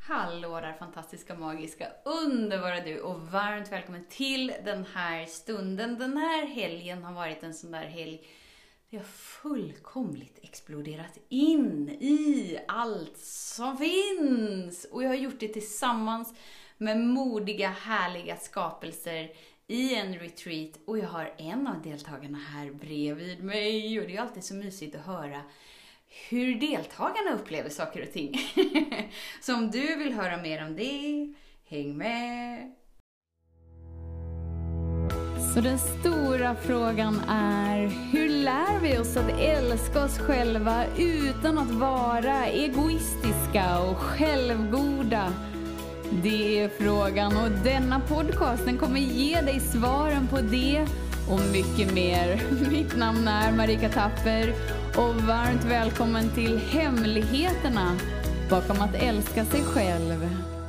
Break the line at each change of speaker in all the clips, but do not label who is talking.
Hallå där fantastiska, magiska, underbara du och varmt välkommen till den här stunden. Den här helgen har varit en sån där helg där jag fullkomligt exploderat in i allt som finns. Och jag har gjort det tillsammans med modiga, härliga skapelser i en retreat. Och jag har en av deltagarna här bredvid mig och det är alltid så mysigt att höra hur deltagarna upplever saker och ting. Så om du vill höra mer om det, häng med! Så den stora frågan är, hur lär vi oss att älska oss själva utan att vara egoistiska och självgoda? Det är frågan och denna podcasten kommer ge dig svaren på det och mycket mer. Mitt namn är Marika Tapper och varmt välkommen till hemligheterna bakom att älska sig själv.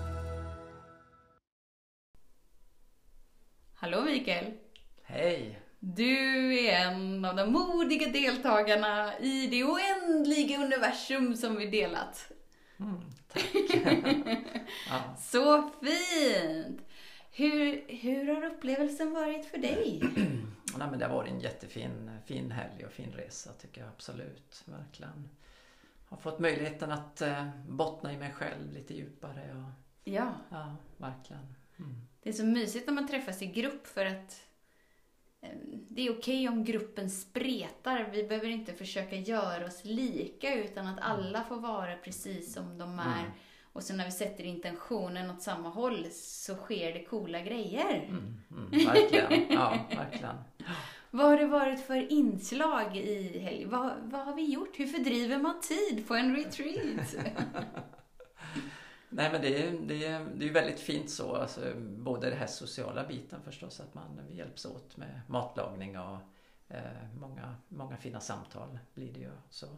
Hallå Mikael.
Hej.
Du är en av de modiga deltagarna i det oändliga universum som vi delat.
Tack. Ja.
Så fint! Hur har upplevelsen varit för dig?
Nej, men det har varit en jättefin helg och fin resa tycker jag absolut. Verkligen. Har fått möjligheten att bottna i mig själv lite djupare. Och,
ja,
verkligen.
Det är så mysigt när man träffas i grupp för att det är okej om gruppen spretar. Vi behöver inte försöka göra oss lika utan att alla får vara precis som de är. Och så när vi sätter intentionen åt samma håll så sker det coola grejer.
Verkligen, ja, verkligen.
Vad har det varit för inslag i helg? Vad har vi gjort? Hur fördriver man tid på en retreat?
Nej, men det är ju väldigt fint så. Alltså, både det här sociala biten förstås, att vi hjälps åt med matlagning och många fina samtal blir det ju så.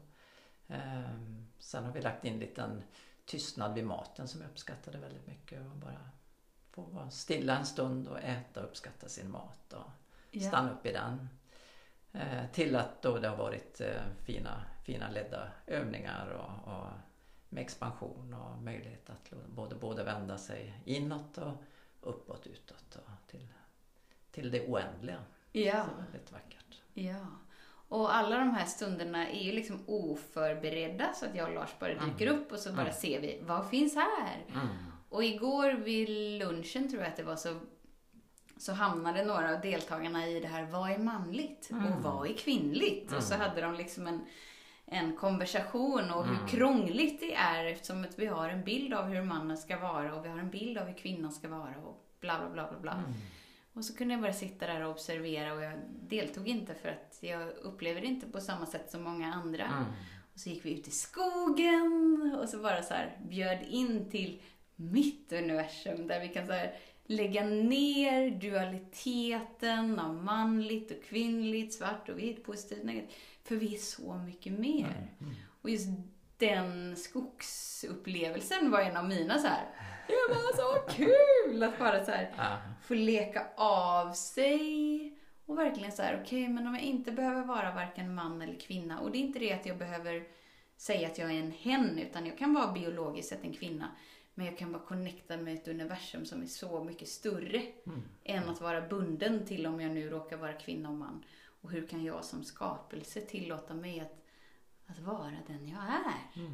Sen har vi lagt in lite tystnad vid maten som jag uppskattade väldigt mycket och bara få vara stilla en stund och äta och uppskatta sin mat och stanna upp i den. Till att då det har varit fina ledda övningar och med expansion och möjlighet att både vända sig inåt och uppåt, utåt och till det oändliga.
Ja.
Så väldigt vackert.
Ja. Och alla de här stunderna är ju liksom oförberedda så att jag och Lars bara dyker upp och så bara ser vi, vad finns här? Och igår vid lunchen tror jag att det var så hamnade några av deltagarna i det här, vad är manligt och vad är kvinnligt? Och så hade de liksom en konversation och hur krångligt det är eftersom att vi har en bild av hur mannen ska vara och vi har en bild av hur kvinnan ska vara och bla bla bla bla bla. Och så kunde jag bara sitta där och observera och jag deltog inte för att jag upplever det inte på samma sätt som många andra. Och så gick vi ut i skogen och så bara så här bjöd in till mitt universum där vi kan så här lägga ner dualiteten av manligt och kvinnligt, svart och vitt, positivt och negativt. För vi är så mycket mer. Och just den skogsupplevelsen var en av mina så här. Det var så kul att bara så här få leka av sig. Och verkligen så här, okej, men om jag inte behöver vara varken man eller kvinna. Och det är inte det att jag behöver säga att jag är en hen. Utan jag kan vara biologiskt sett en kvinna. Men jag kan vara connectad med ett universum som är så mycket större. Än att vara bunden till om jag nu råkar vara kvinna och man. Och hur kan jag som skapelse tillåta mig att vara den jag är?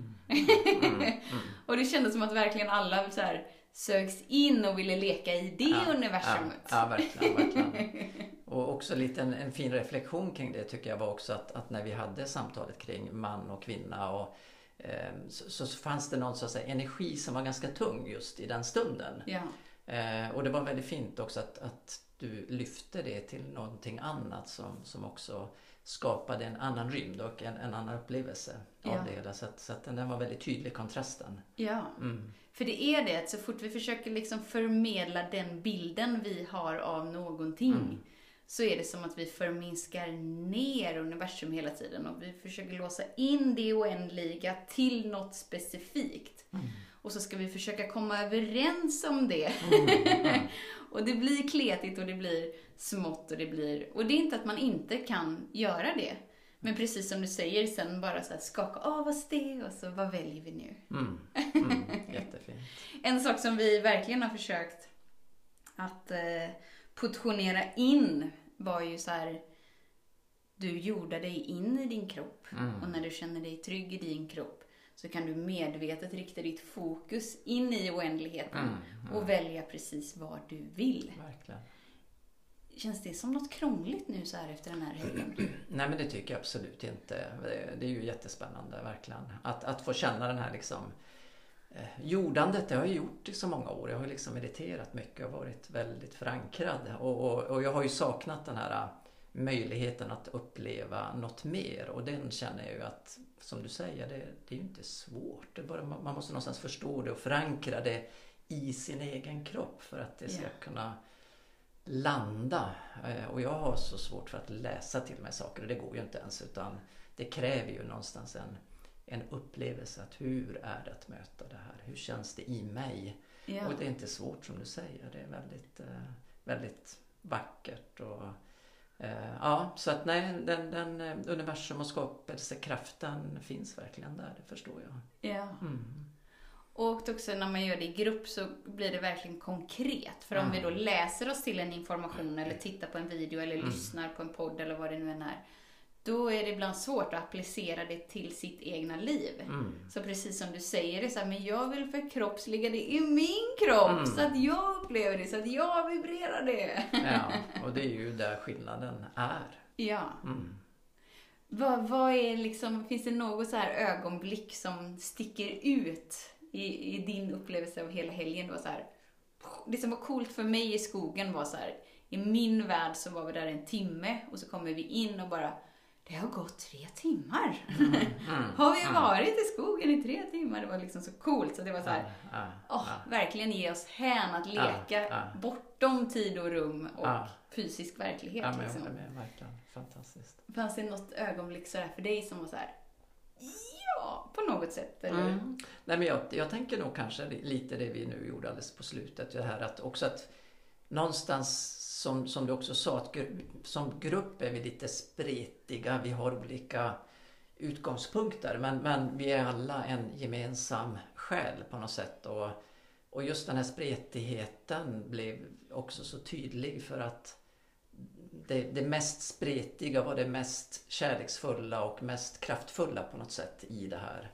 Och det kändes som att verkligen alla så här sögs in och ville leka i det universumet.
Ja, verkligen. Och också lite en fin reflektion kring det tycker jag var också att när vi hade samtalet kring man och kvinna och så fanns det någon så att säga, energi som var ganska tung just i den stunden.
Ja.
Och det var väldigt fint också att du lyfte det till någonting annat som också skapade en annan rymd och en annan upplevelse av det hela. Så att den var väldigt tydlig, kontrasten.
Ja, för det är det. Så fort vi försöker liksom förmedla den bilden vi har av någonting så är det som att vi förminskar ner universum hela tiden. Och vi försöker låsa in det oändliga till något specifikt. Och så ska vi försöka komma överens om det. Och det blir kletigt och det blir smått och det är inte att man inte kan göra det. Men precis som du säger, sen bara så här skaka av oss det och så vad väljer vi nu?
Jättefint.
En sak som vi verkligen har försökt att portionera in var ju så här: du gjorde dig in i din kropp. Och när du känner dig trygg i din kropp så kan du medvetet rikta ditt fokus in i oändligheten och välja precis vad du vill.
Verkligen.
Känns det som något krångligt nu så här efter den här helgen?
Nej, men det tycker jag absolut inte. Det är ju jättespännande verkligen. Att få känna den här liksom jordandet, det har jag gjort i så många år. Jag har liksom mediterat mycket och varit väldigt förankrad. Och jag har ju saknat den här möjligheten att uppleva något mer. Och den känner jag ju att, som du säger, det är ju inte svårt. Det är bara, man måste någonstans förstå det och förankra det i sin egen kropp för att det ska kunna landa. Och jag har så svårt för att läsa till mig saker, och det går ju inte ens, utan det kräver ju någonstans en upplevelse att hur är det att möta det här? Hur känns det i mig? Och det är inte svårt som du säger, det är väldigt, väldigt vackert och så att nej, den universum och skapelsekraften finns verkligen där, det förstår jag.
Ja. Och också när man gör det i grupp så blir det verkligen konkret. För om vi då läser oss till en information eller tittar på en video eller lyssnar på en podd eller vad det nu än är, då är det ibland svårt att applicera det till sitt egna liv. Så precis som du säger, det så här, men jag vill förkroppsliga det i min kropp så att jag upplever det, så att jag vibrerar det.
Ja, och det är ju där skillnaden är.
Ja. Vad är liksom, finns det något så här ögonblick som sticker ut i din upplevelse av hela helgen då så här? Det som var coolt för mig i skogen var så här, i min värld så var vi där 1 timme och så kommer vi in och bara, det har gått 3 timmar. Har vi varit i skogen i 3 timmar? Det var liksom så coolt, så det var så här, verkligen ge oss hän att leka bortom tid och rum och fysisk verklighet.
Ja, men
liksom.
verkligen fantastiskt.
Fanns det något ögonblick så här för dig som var så här, ja, på något sätt? Eller?
Nej, men jag tänker nog kanske lite det vi nu gjorde alldeles på slutet. Det här att också att någonstans, som du också sa, att som grupp är vi lite spretiga. Vi har olika utgångspunkter. Men vi är alla en gemensam själ på något sätt. Och just den här spretigheten blev också så tydlig för att det mest spretiga var det mest kärleksfulla och mest kraftfulla på något sätt i det här.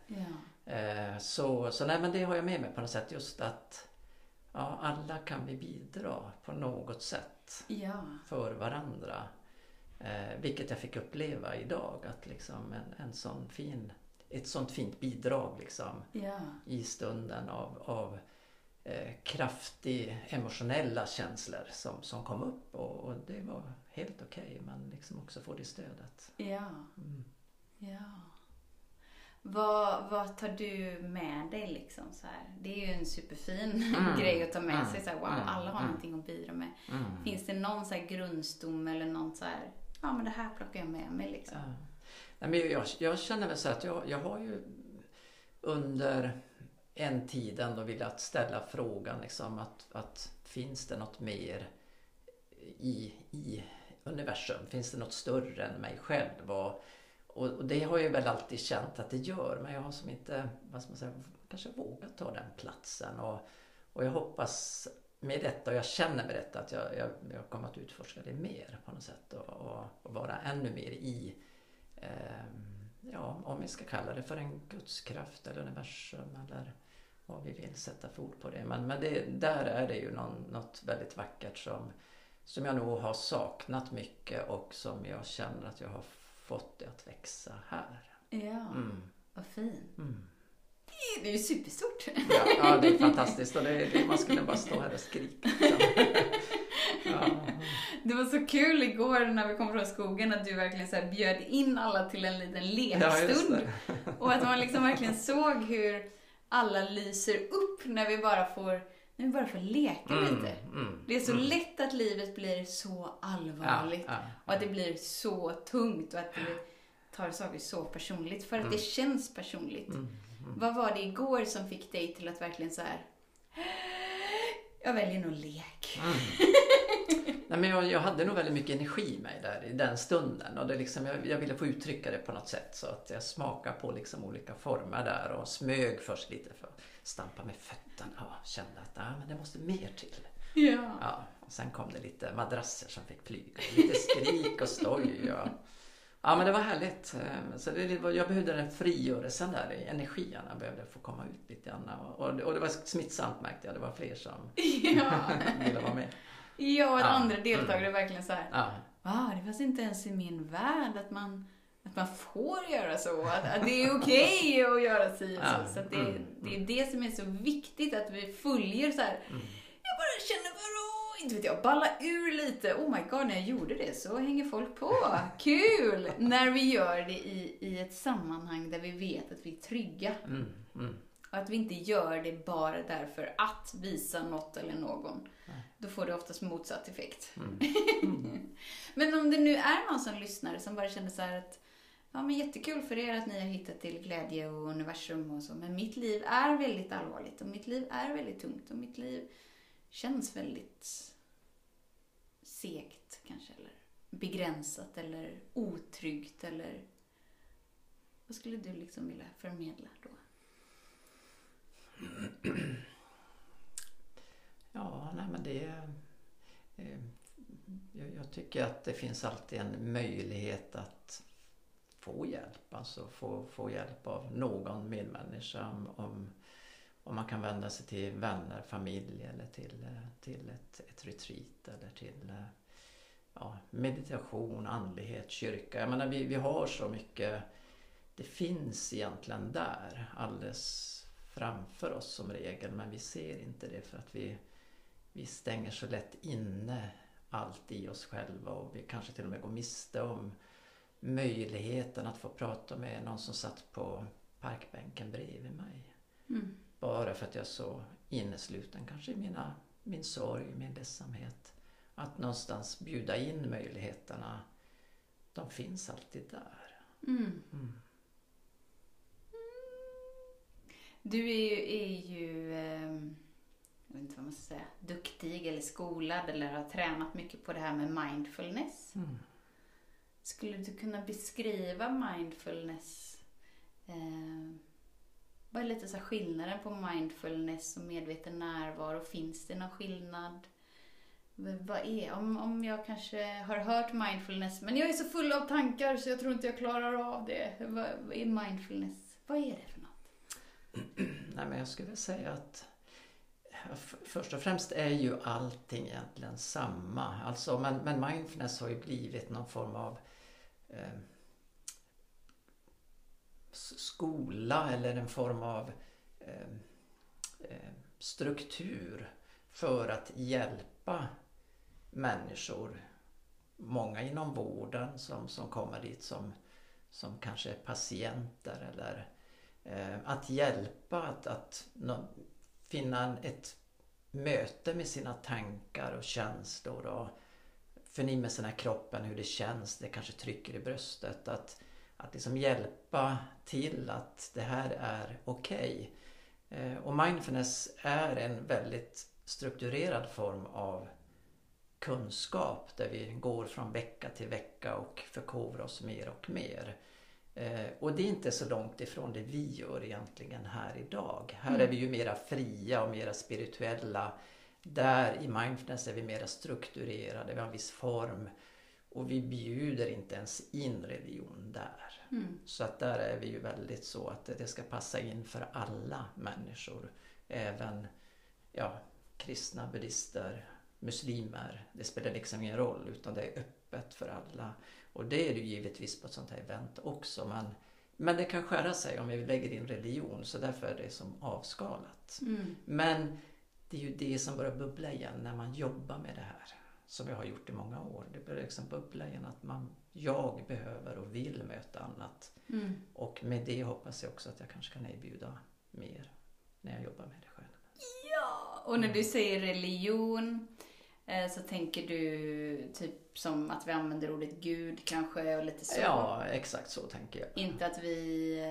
Så nej, men det har jag med mig på något sätt, just att alla kan vi bidra på något sätt för varandra. Vilket jag fick uppleva idag, att liksom ett sånt fint bidrag liksom, i stunden av kraftiga emotionella känslor som kom upp, och det var helt okej, men liksom också få det stödet.
Vad tar du med dig liksom så här? Det är ju en superfin grej att ta med sig så här, wow, alla har någonting att bidra med. Finns det någon så här grundstom eller någon så här, men det här plockar jag med mig liksom?
Nej, men jag känner väl så att jag har ju under en tid ändå velat ställa frågan liksom, att finns det något mer i universum? Finns det något större än mig själv? Och det har jag väl alltid känt att det gör, men jag har som inte, vad ska man säga, kanske vågat ta den platsen. Och jag hoppas med detta, och jag känner med detta, att jag kommer att utforska det mer på något sätt och vara ännu mer i, om vi ska kalla det för en gudskraft eller universum eller vad vi vill sätta för ord på det. Men där är det ju något väldigt vackert som jag nog har saknat mycket, och som jag känner att jag har fått det att växa här.
Ja, vad fint. Det är ju superstort.
Ja, det är fantastiskt, och man skulle bara stå här och skrika.
Det var så kul igår när vi kom från skogen att du verkligen så här bjöd in alla till en liten lekstund. Och att man liksom verkligen såg hur alla lyser upp när vi bara får leka lite. Det är så lätt att livet blir så allvarligt och att det blir så tungt och att det tar saker så personligt, för att det känns personligt. Vad var det igår som fick dig till att verkligen så här, jag väljer nog lek?
Nej, men jag hade nog väldigt mycket energi i mig där i den stunden, och det liksom, jag ville få uttrycka det på något sätt, så att jag smakade på liksom olika former där och smög först lite för att stampa med fötterna. kände att men det måste mer till.
Ja.
Ja, och sen kom det lite madrasser som fick flyga. Lite skrik och stoj. Ja, men det var härligt. Så jag behövde den frigörelsen där, energin. Jag behövde få komma ut lite grann. Och det var smittsamt, märkte jag. Det var fler som ville vara med.
Ja, och andra deltagare verkligen så här.
Ja.
Wow, det fanns inte ens i min värld att man får göra så. Att det är okej att göra så. Så att det är det som är så viktigt, att vi följer så här. Jag bara känner inte vet jag, balla ur lite. Oh my god, när jag gjorde det så hänger folk på. Kul! När vi gör det i ett sammanhang där vi vet att vi är trygga. Och att vi inte gör det bara därför att visa något eller någon. Då får det oftast motsatt effekt. Men om det nu är någon som lyssnar som bara känner så här att men jättekul för er att ni har hittat till glädje och universum och så. Men mitt liv är väldigt allvarligt och mitt liv är väldigt tungt och mitt liv känns väldigt segt kanske, eller begränsat eller otryggt, eller vad skulle du liksom vilja förmedla då?
Ja, nej men jag tycker att det finns alltid en möjlighet att få hjälp, alltså få hjälp av någon medmänniska, om man kan vända sig till vänner, familj eller till ett retreat eller till meditation, andlighet, kyrka. Jag menar, vi har så mycket, det finns egentligen där alldeles framför oss som regel, men vi ser inte det för att vi stänger så lätt inne allt i oss själva, och vi kanske till och med går miste om möjligheten att få prata med någon som satt på parkbänken bredvid mig. Bara för att jag är så innesluten kanske i min sorg, min ledsamhet. Att någonstans bjuda in möjligheterna, de finns alltid där.
Du är ju jag vet inte vad man ska säga, duktig eller skolad eller har tränat mycket på det här med mindfulness. Skulle du kunna beskriva mindfulness? Vad är lite så skillnaden på mindfulness och medveten närvaro? Finns det någon skillnad? Vad är, om jag kanske har hört mindfulness, men jag är så full av tankar så jag tror inte jag klarar av det. Vad är mindfulness? Vad är det för något?
Nej, men jag skulle säga att först och främst är ju allting egentligen samma. Alltså, men mindfulness har ju blivit någon form av skola eller en form av struktur för att hjälpa människor, många inom vården som kommer dit som kanske är patienter, eller att hjälpa att finna ett möte med sina tankar och känslor och förnimma sina kroppen, hur det känns, det kanske trycker i bröstet, att liksom hjälpa till att det här är okej. Och mindfulness är en väldigt strukturerad form av kunskap där vi går från vecka till vecka och förkovrar oss mer och mer. Och det är inte så långt ifrån det vi gör egentligen här idag. Här är vi ju mera fria och mera spirituella. Där i mindfulness är vi mera strukturerade, vi har en viss form. Och vi bjuder inte ens in religion där. Så att där är vi ju väldigt så att det ska passa in för alla människor. Även kristna, buddister, muslimer. Det spelar liksom ingen roll, utan det är öppet för alla. Och det är det ju givetvis på ett sånt här event också. Men det kan skära sig om vi lägger in religion, så därför är det som avskalat. Men det är ju det som börjar bubbla igen när man jobbar med det här. Som jag har gjort i många år. Det börjar liksom bubbla igen att jag behöver och vill möta annat. Och med det hoppas jag också att jag kanske kan erbjuda mer när jag jobbar med det själv.
Ja, och när du säger religion så tänker du typ som att vi använder ordet Gud kanske och lite så.
Ja, exakt så tänker jag.
Inte att vi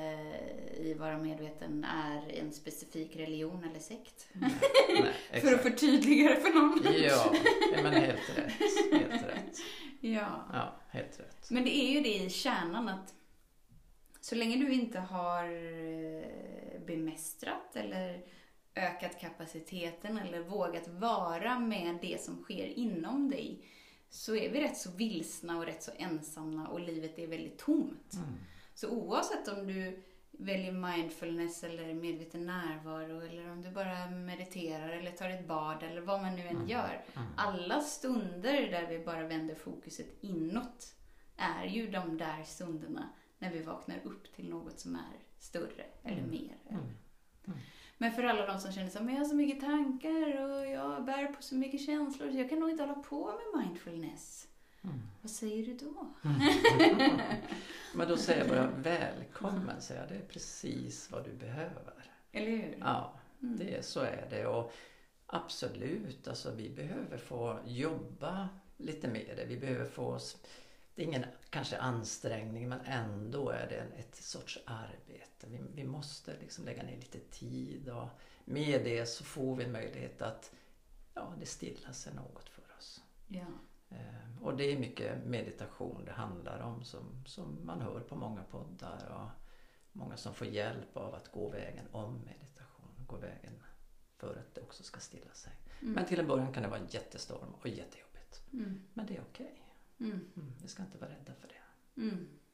i Vara medveten är en specifik religion eller sekt. Nej, för att förtydliga det för någon.
Ja, men helt rätt. Helt rätt.
Ja,
helt rätt.
Men det är ju det i kärnan att så länge du inte har bemästrat eller ökat kapaciteten eller vågat vara med det som sker inom dig, så är vi rätt så vilsna och rätt så ensamma och livet är väldigt tomt. Så oavsett om du väljer mindfulness eller medveten närvaro eller om du bara mediterar eller tar ett bad eller vad man nu än gör. Alla stunder där vi bara vänder fokuset inåt är ju de där stunderna när vi vaknar upp till något som är större eller mer. Men för alla de som känner så, men jag har så mycket tankar och jag bär på så mycket känslor så jag kan nog inte hålla på med mindfulness. Vad säger du då?
Men då säger jag bara välkommen, säger jag. Det är precis vad du behöver.
Eller hur?
Ja, så är det. Och absolut, alltså vi behöver få jobba lite med det. Vi behöver få, det är ingen kanske ansträngning, men ändå är det ett sorts arbete. Vi måste liksom lägga ner lite tid och med det så får vi en möjlighet att det stillar sig något för oss.
Ja.
Och det är mycket meditation det handlar om som man hör på många poddar och många som får hjälp av att gå vägen om meditation, gå vägen för att det också ska stilla sig. Men till en början kan det vara en jättestorm och jättejobbigt. Men det är okej. Vi ska inte vara rädda för det.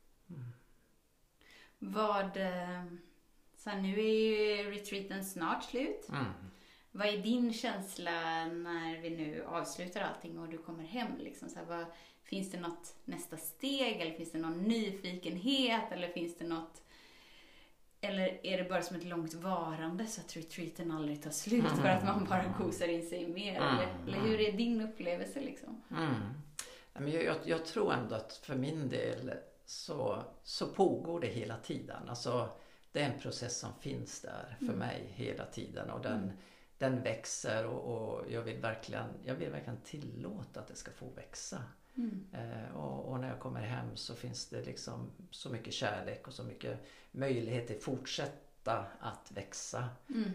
Så nu är ju retreaten snart slut. Vad är din känsla när vi nu avslutar allting och du kommer hem? Liksom, så här, finns det något nästa steg eller finns det någon nyfikenhet eller finns det något, eller är det bara som ett långt varande så att retreaten aldrig tar slut för att man bara kosar in sig mer? Eller hur är din upplevelse liksom?
Men jag tror ändå att för min del så pågår det hela tiden. Alltså, det är en process som finns där för mig hela tiden och den växer och jag vill verkligen tillåta att det ska få växa. Och när jag kommer hem så finns det liksom så mycket kärlek och så mycket möjlighet att fortsätta att växa.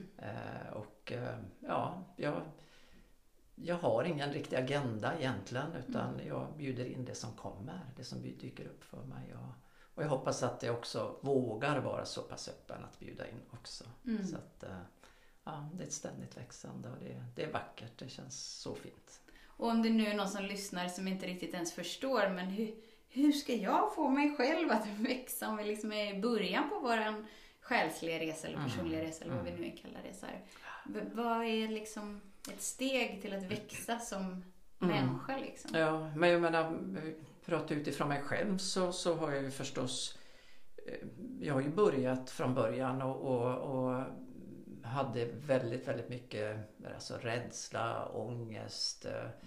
Jag har ingen riktig agenda egentligen utan jag bjuder in det som kommer, det som dyker upp för mig. Och jag hoppas att jag också vågar vara så pass öppen att bjuda in också. Så att det är ett ständigt växande och det är vackert, det känns så fint.
Och om det nu är någon som lyssnar som inte riktigt ens förstår, men hur ska jag få mig själv att växa om vi liksom är i början på våran själsliga resa eller personliga resa eller vad vi nu kallar det så här. Vad är liksom ett steg till att växa som människa liksom?
Ja, men jag menar, prata utifrån mig själv så har jag ju förstås, jag har ju börjat från början och hade väldigt, väldigt mycket alltså rädsla, ångest,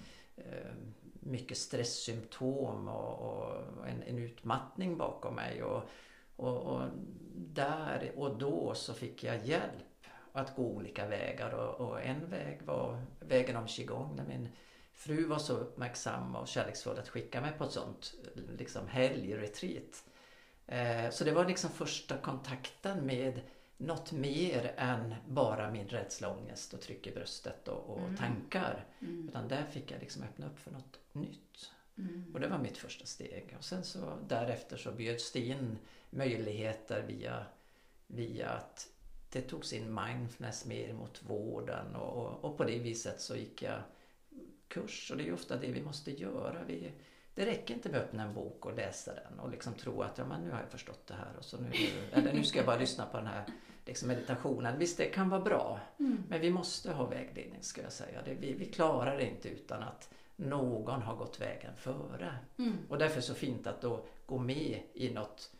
mycket stresssymptom och en utmattning bakom mig och där och då så fick jag hjälp att gå olika vägar och en väg var vägen om qigong där min fru var så uppmärksam och kärleksfull att skicka mig på ett sånt liksom helgretreat. Så det var liksom första kontakten med något mer än bara min rädsla, ångest och tryck i bröstet och tankar. Utan där fick jag liksom öppna upp för något nytt. Och det var mitt första steg. Och sen så därefter så bjöds det in möjligheter via att det togs in mindfulness mer mot vården. Och på det viset så gick jag kurs. Och det är ju ofta det vi måste göra. Det räcker inte med att öppna en bok och läsa den och liksom tro att nu har jag förstått det här och så nu ska jag bara lyssna på den här liksom meditationen. Visst, det kan vara bra, men vi måste ha vägledning ska jag säga. Vi klarar det inte utan att någon har gått vägen före. Och därför är det så fint att då gå med i något,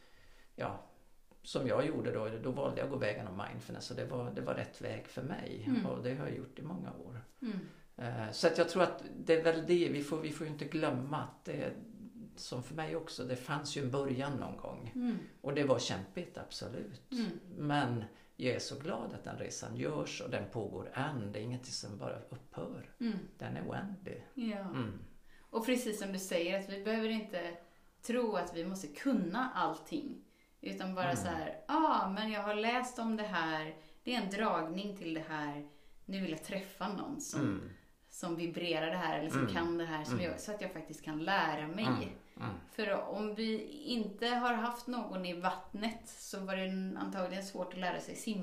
som jag gjorde då valde jag att gå vägen om mindfulness och det var rätt väg för mig och det har jag gjort i många år. Så att jag tror att det är väl det, vi får ju inte glömma att det som för mig också, det fanns ju en början någon gång och det var kämpigt absolut, men jag är så glad att den resan görs och den pågår än, det är inget som bara upphör, den är oändlig.
Och precis som du säger att vi behöver inte tro att vi måste kunna allting utan bara så här, men jag har läst om det här, det är en dragning till det här, nu vill jag träffa någon som vibrerar det här eller som kan det här så att jag faktiskt kan lära mig. För om vi inte har haft någon i vattnet så var det antagligen svårt att lära sig simma.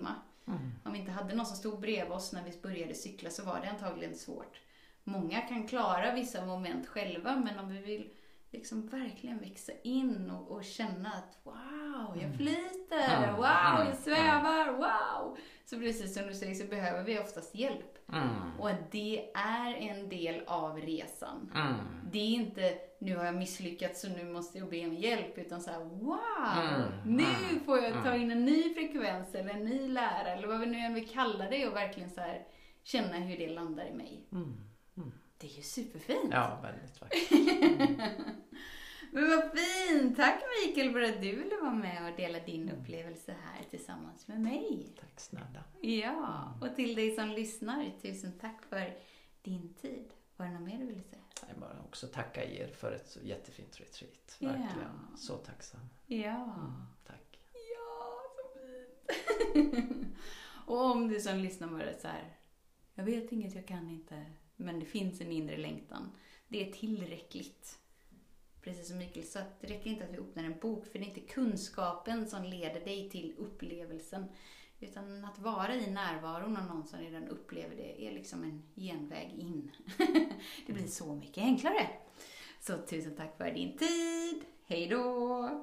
Om vi inte hade någon som stod bredvid oss när vi började cykla så var det antagligen svårt. Många kan klara vissa moment själva, men om vi vill liksom verkligen växa in och känna att wow, jag flyter, wow, jag svävar, wow. Så precis som du säger så behöver vi oftast hjälp. Och det är en del av resan. Det är inte, nu har jag misslyckats så nu måste jag be om hjälp, utan så här, wow, nu får jag ta in en ny frekvens eller en ny lära eller vad vi nu än vill kalla det, och verkligen så här känna hur det landar i mig. Det är ju superfint.
Ja, väldigt vackert.
Men vad fint! Tack Mikael för att du ville vara med och dela din upplevelse här tillsammans med mig.
Tack snälla.
Ja, och till dig som lyssnar, tusen tack för din tid. Var det något mer du ville säga?
Jag bara också tacka er för ett så jättefint retreat. Verkligen. Så tacksam.
Ja.
Tack.
Ja, så fint. Och om du som lyssnar bara så här, jag vet inget, jag kan inte, men det finns en inre längtan. Det är tillräckligt. Precis som Mikael sa, det räcker inte att vi öppnar en bok, för det är inte kunskapen som leder dig till upplevelsen. Utan att vara i närvaron av någon som redan upplever det är liksom en genväg in. Det blir så mycket enklare. Så tusen tack för din tid. Hej då!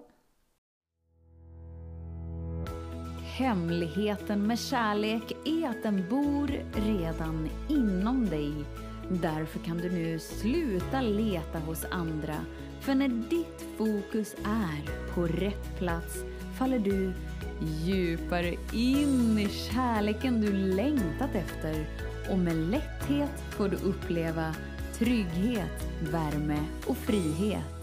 Hemligheten med kärlek är att den bor redan inom dig. Därför kan du nu sluta leta hos andra. För när ditt fokus är på rätt plats faller du djupare in i kärleken du längtat efter. Och med lätthet får du uppleva trygghet, värme och frihet.